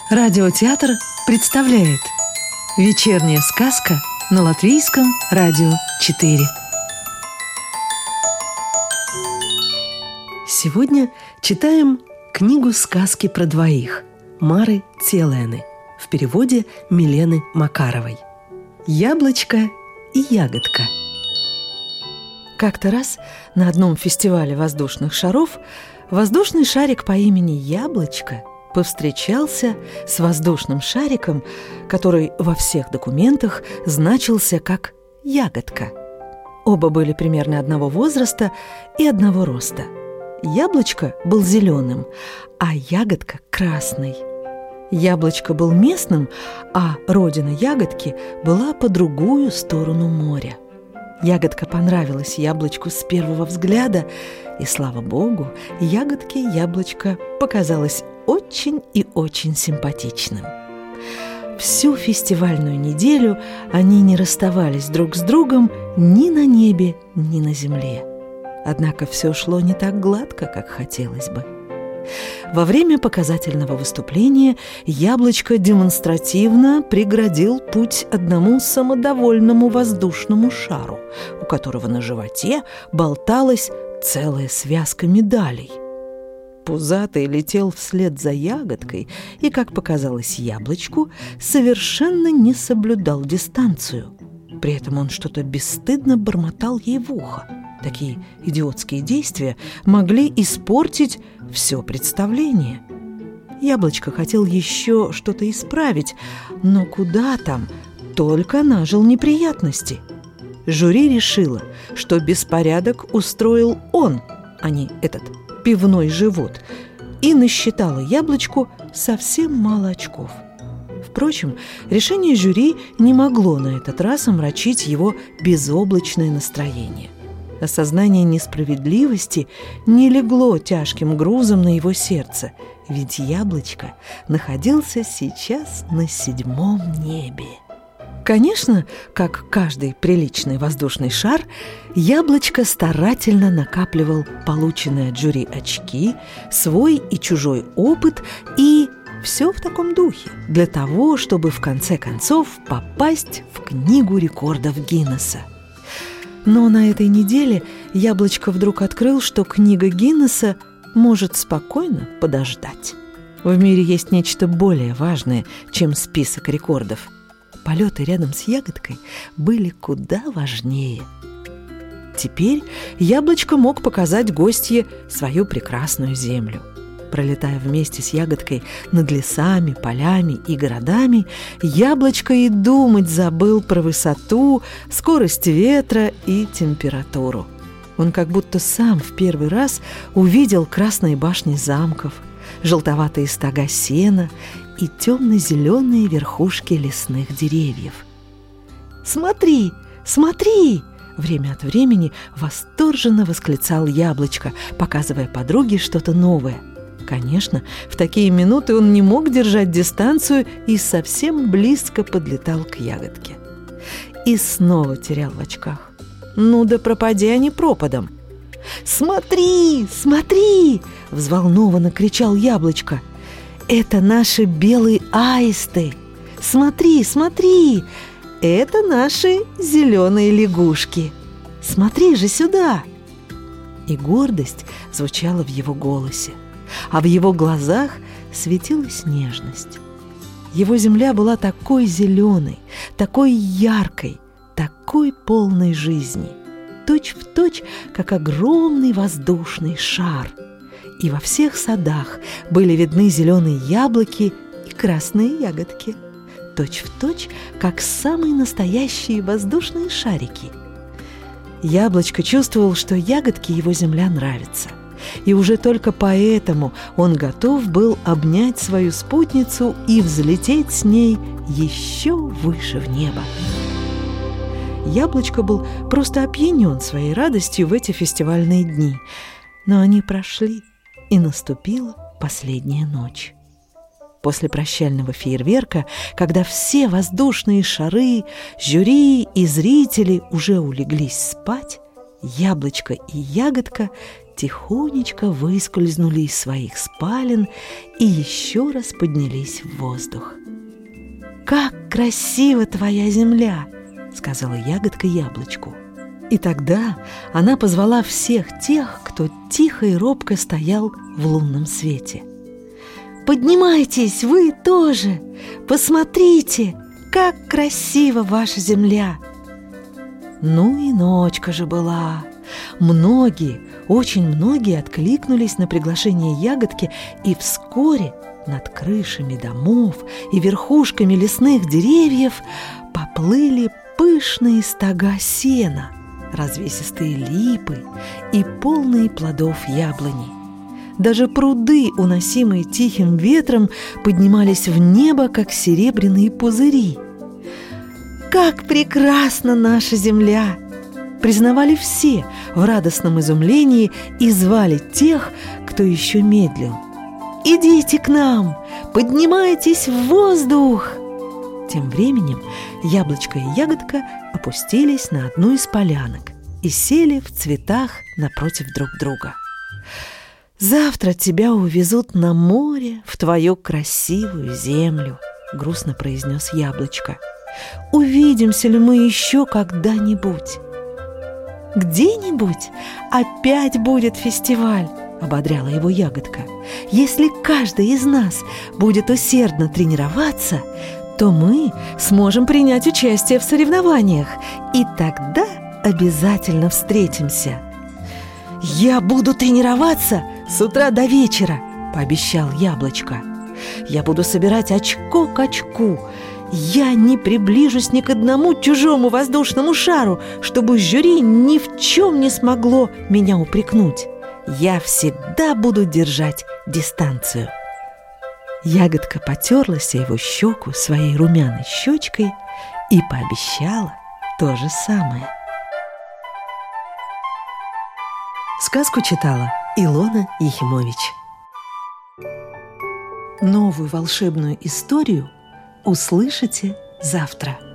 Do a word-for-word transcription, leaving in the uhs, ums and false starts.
Радиотеатр представляет «Вечерняя сказка» на Латвийском радио четыре. Сегодня читаем книгу сказки про двоих Мары Целены в переводе Милены Макаровой. «Яблочко и ягодка». Как-то раз на одном фестивале воздушных шаров воздушный шарик по имени Яблочко повстречался с воздушным шариком, который во всех документах значился как «ягодка». Оба были примерно одного возраста и одного роста. Яблочко был зеленым, а ягодка – красной. Яблочко был местным, а родина ягодки была по другую сторону моря. Ягодка понравилась яблочку с первого взгляда, и, слава богу, ягодке яблочко показалось очень и очень симпатичным. Всю фестивальную неделю они не расставались друг с другом ни на небе, ни на земле. Однако все шло не так гладко, как хотелось бы. Во время показательного выступления Яблочко демонстративно преградил путь одному самодовольному воздушному шару, у которого на животе болталась целая связка медалей. Пузатый летел вслед за ягодкой и, как показалось Яблочку, совершенно не соблюдал дистанцию. При этом он что-то бесстыдно бормотал ей в ухо. Такие идиотские действия могли испортить все представление. Яблочко хотел еще что-то исправить, но куда там, только нажил неприятности. Жюри решило, что беспорядок устроил он, а не этот пивной живот, и насчитало Яблочку совсем мало очков. Впрочем, решение жюри не могло на этот раз омрачить его безоблачное настроение. Осознание несправедливости не легло тяжким грузом на его сердце, ведь Яблочко находился сейчас на седьмом небе. Конечно, как каждый приличный воздушный шар, Яблочко старательно накапливал полученные от жюри очки, свой и чужой опыт, и все в таком духе, для того, чтобы в конце концов попасть в книгу рекордов Гиннесса. Но на этой неделе Яблочко вдруг открыл, что книга Гиннесса может спокойно подождать. В мире есть нечто более важное, чем список рекордов. Полеты рядом с ягодкой были куда важнее. Теперь Яблочко мог показать гостье свою прекрасную землю. Пролетая вместе с ягодкой над лесами, полями и городами, Яблочко и думать забыл про высоту, скорость ветра и температуру. Он как будто сам в первый раз увидел красные башни замков, желтоватые стога сена и темно-зеленые верхушки лесных деревьев. «Смотри, смотри!» Время от времени восторженно восклицал Яблочко, показывая подруге что-то новое. Конечно, в такие минуты он не мог держать дистанцию и совсем близко подлетал к ягодке. И снова терял в очках. Ну да пропади они пропадом. «Смотри, смотри!» – взволнованно кричал Яблочко. «Это наши белые аисты! Смотри, смотри! Это наши зеленые лягушки! Смотри же сюда!» И гордость звучала в его голосе, а в его глазах светилась нежность. Его земля была такой зеленой, такой яркой, такой полной жизни, точь-в-точь, как огромный воздушный шар. И во всех садах были видны зеленые яблоки и красные ягодки, точь-в-точь, как самые настоящие воздушные шарики. Яблочко чувствовал, что ягодке его земля нравится. И уже только поэтому он готов был обнять свою спутницу и взлететь с ней еще выше в небо. Яблочко был просто опьянен своей радостью в эти фестивальные дни. Но они прошли, и наступила последняя ночь. После прощального фейерверка, когда все воздушные шары, жюри и зрители уже улеглись спать, Яблочко и Ягодка тихонечко выскользнули из своих спален и еще раз поднялись в воздух. «Как красива твоя земля!» — сказала Ягодка Яблочку. И тогда она позвала всех тех, кто тихо и робко стоял в лунном свете. «Поднимайтесь, вы тоже! Посмотрите, как красива ваша земля!» Ну и ночка же была. Многие, очень многие откликнулись на приглашение Ягодки, и вскоре над крышами домов и верхушками лесных деревьев поплыли пышные стога сена, развесистые липы и полные плодов яблони. Даже пруды, уносимые тихим ветром, поднимались в небо, как серебряные пузыри. «Как прекрасна наша земля!» признавали все в радостном изумлении и звали тех, кто еще медлил. «Идите к нам! Поднимайтесь в воздух!» Тем временем Яблочко и Ягодка опустились на одну из полянок и сели в цветах напротив друг друга. «Завтра тебя увезут на море, в твою красивую землю», — грустно произнес Яблочко. «Увидимся ли мы еще когда-нибудь?» «Где-нибудь опять будет фестиваль», — ободряла его Ягодка. «Если каждый из нас будет усердно тренироваться, то мы сможем принять участие в соревнованиях, и тогда обязательно встретимся». «Я буду тренироваться с утра до вечера», — пообещал Яблочко. «Я буду собирать очко к очку. Я не приближусь ни к одному чужому воздушному шару, чтобы жюри ни в чем не смогло меня упрекнуть. Я всегда буду держать дистанцию». Ягодка потерлась о его щеку своей румяной щечкой и пообещала то же самое. Сказку читала Илона Ехимович. Новую волшебную историю услышите завтра.